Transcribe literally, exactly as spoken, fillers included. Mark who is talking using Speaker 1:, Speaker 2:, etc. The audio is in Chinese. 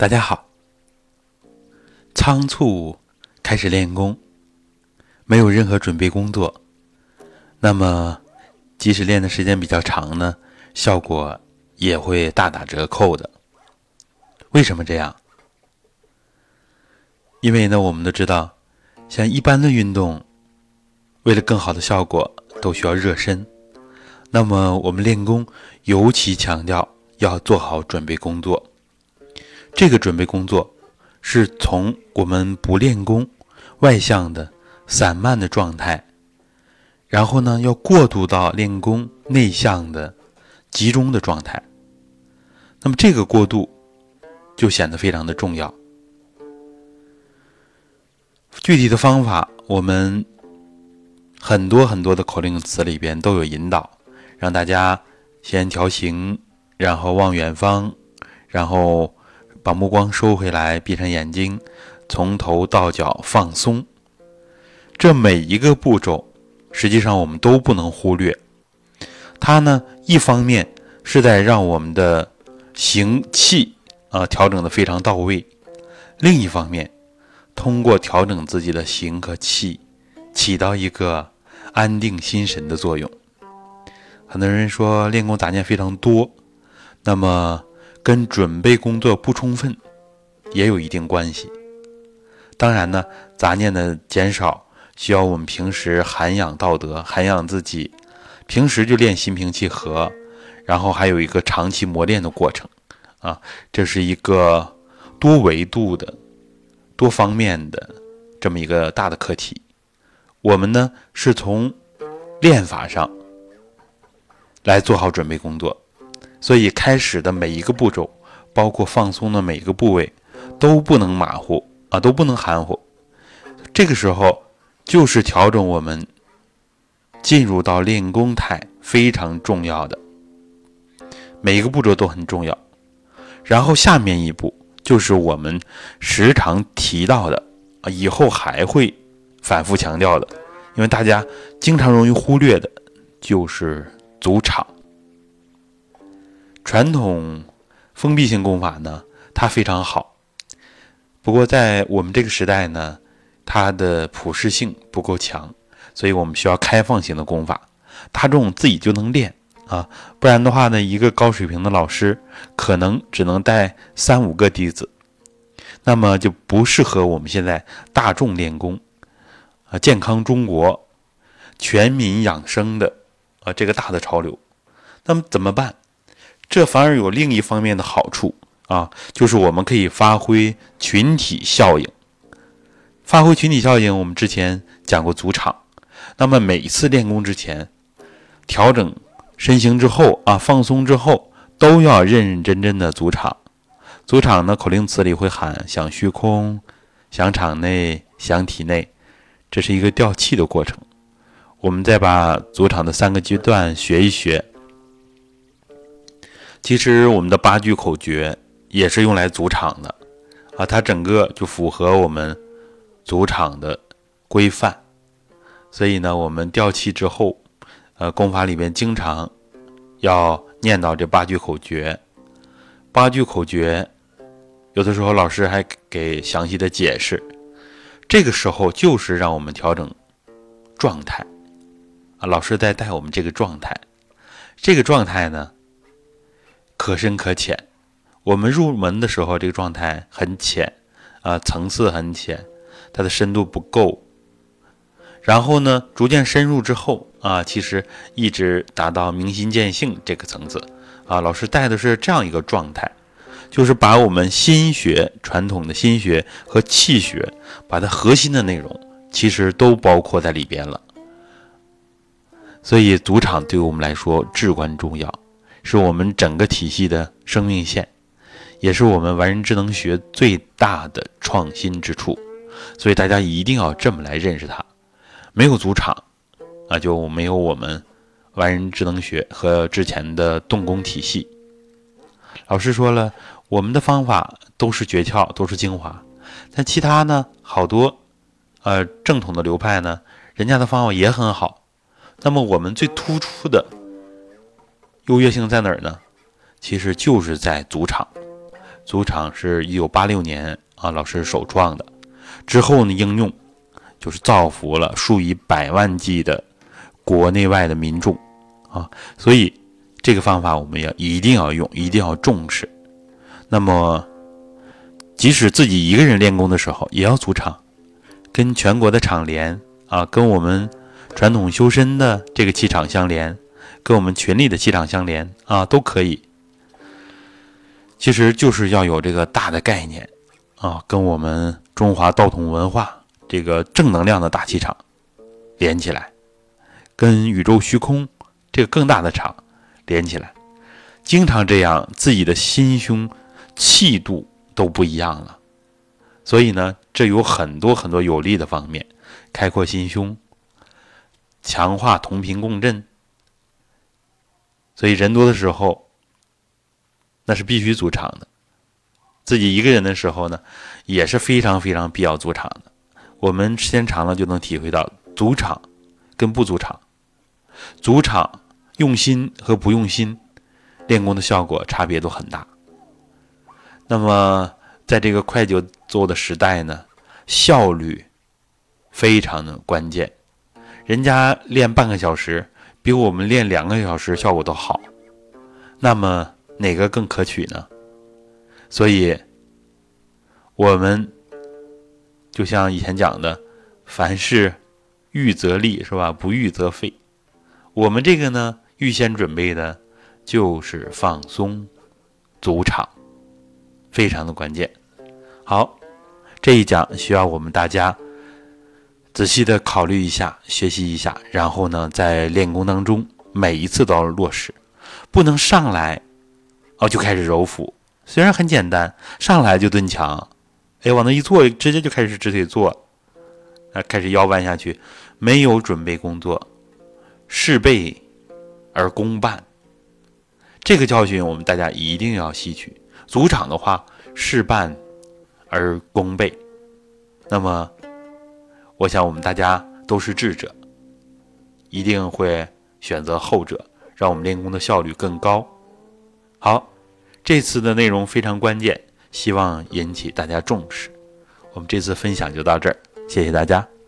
Speaker 1: 大家好，仓促开始练功，没有任何准备工作，那么即使练的时间比较长呢，效果也会大打折扣的。为什么这样？因为呢，我们都知道，像一般的运动，为了更好的效果，都需要热身。那么我们练功尤其强调要做好准备工作。这个准备工作是从我们不练功外向的散漫的状态，然后呢要过渡到练功内向的集中的状态。那么这个过渡就显得非常的重要。具体的方法，我们很多很多的口令词里边都有引导，让大家先调形，然后望远方，然后把目光收回来，闭上眼睛，从头到脚放松。这每一个步骤实际上我们都不能忽略。它呢，一方面是在让我们的形气啊、呃、调整的非常到位，另一方面通过调整自己的形和气，起到一个安定心神的作用。很多人说练功杂念非常多，那么跟准备工作不充分也有一定关系。当然呢，杂念的减少需要我们平时涵养道德，涵养自己，平时就练心平气和，然后还有一个长期磨练的过程啊，这是一个多维度的多方面的这么一个大的课题。我们呢是从练法上来做好准备工作，所以开始的每一个步骤，包括放松的每一个部位，都不能马虎啊，都不能含糊。这个时候就是调整我们进入到练功态非常重要的，每一个步骤都很重要。然后下面一步就是我们时常提到的，以后还会反复强调的，因为大家经常容易忽略的，就是组场。传统封闭性功法呢，它非常好，不过在我们这个时代呢，它的普适性不够强，所以我们需要开放型的功法，大众自己就能练啊，不然的话呢，一个高水平的老师可能只能带三五个弟子，那么就不适合我们现在大众练功啊，健康中国、全民养生的啊这个大的潮流。那么怎么办？这反而有另一方面的好处啊，就是我们可以发挥群体效应。发挥群体效应，我们之前讲过组场。那么每一次练功之前，调整身形之后啊，放松之后，都要认认真真的组场。组场呢，口令词里会喊想虚空、想场内、想体内，这是一个调气的过程。我们再把组场的三个阶段学一学。其实我们的八句口诀也是用来组场的啊，它整个就符合我们组场的规范。所以呢，我们调气之后，呃，功法里面经常要念到这八句口诀。八句口诀有的时候老师还给详细的解释，这个时候就是让我们调整状态啊，老师在带我们这个状态。这个状态呢可深可浅，我们入门的时候这个状态很浅啊，层次很浅，它的深度不够。然后呢，逐渐深入之后啊，其实一直达到明心见性这个层次啊，老师带的是这样一个状态，就是把我们心学传统的心学和气学，把它核心的内容其实都包括在里边了。所以组场对我们来说至关重要，是我们整个体系的生命线，也是我们完人智能学最大的创新之处。所以大家一定要这么来认识它。没有组场啊，就没有我们完人智能学和之前的动功体系。老师说了，我们的方法都是诀窍，都是精华，但其他呢，好多呃正统的流派呢，人家的方法也很好。那么我们最突出的优越性在哪儿呢？其实就是在组场。 组场是一九八六年啊老师首创的，之后呢应用就是造福了数以百万计的国内外的民众啊，所以这个方法我们要一定要用，一定要重视。那么即使自己一个人练功的时候也要组场，跟全国的场连啊，跟我们传统修身的这个气场相连，跟我们群里的气场相连啊，都可以。其实就是要有这个大的概念啊，跟我们中华道统文化这个正能量的大气场连起来，跟宇宙虚空这个更大的场连起来，经常这样，自己的心胸气度都不一样了。所以呢，这有很多很多有利的方面，开阔心胸，强化同频共振。所以人多的时候那是必须组场的，自己一个人的时候呢也是非常非常必要组场的。我们时间长了就能体会到组场跟不组场，组场用心和不用心练功的效果差别都很大。那么在这个快节奏的时代呢，效率非常的关键，人家练半个小时比我们练两个小时效果都好，那么哪个更可取呢？所以我们就像以前讲的，凡事预则立，是吧？不预则废。我们这个呢，预先准备的就是放松组场，非常的关键。好，这一讲需要我们大家仔细的考虑一下，学习一下，然后呢在练功当中每一次都要落实，不能上来哦就开始揉腹，虽然很简单，上来就蹲墙，哎，往那一坐直接就开始直腿坐，啊，开始腰弯下去，没有准备工作，事倍而功半。这个教训我们大家一定要吸取。组场的话，事半而功倍。那么我想我们大家都是智者，一定会选择后者，让我们练功的效率更高。好，这次的内容非常关键，希望引起大家重视。我们这次分享就到这儿，谢谢大家。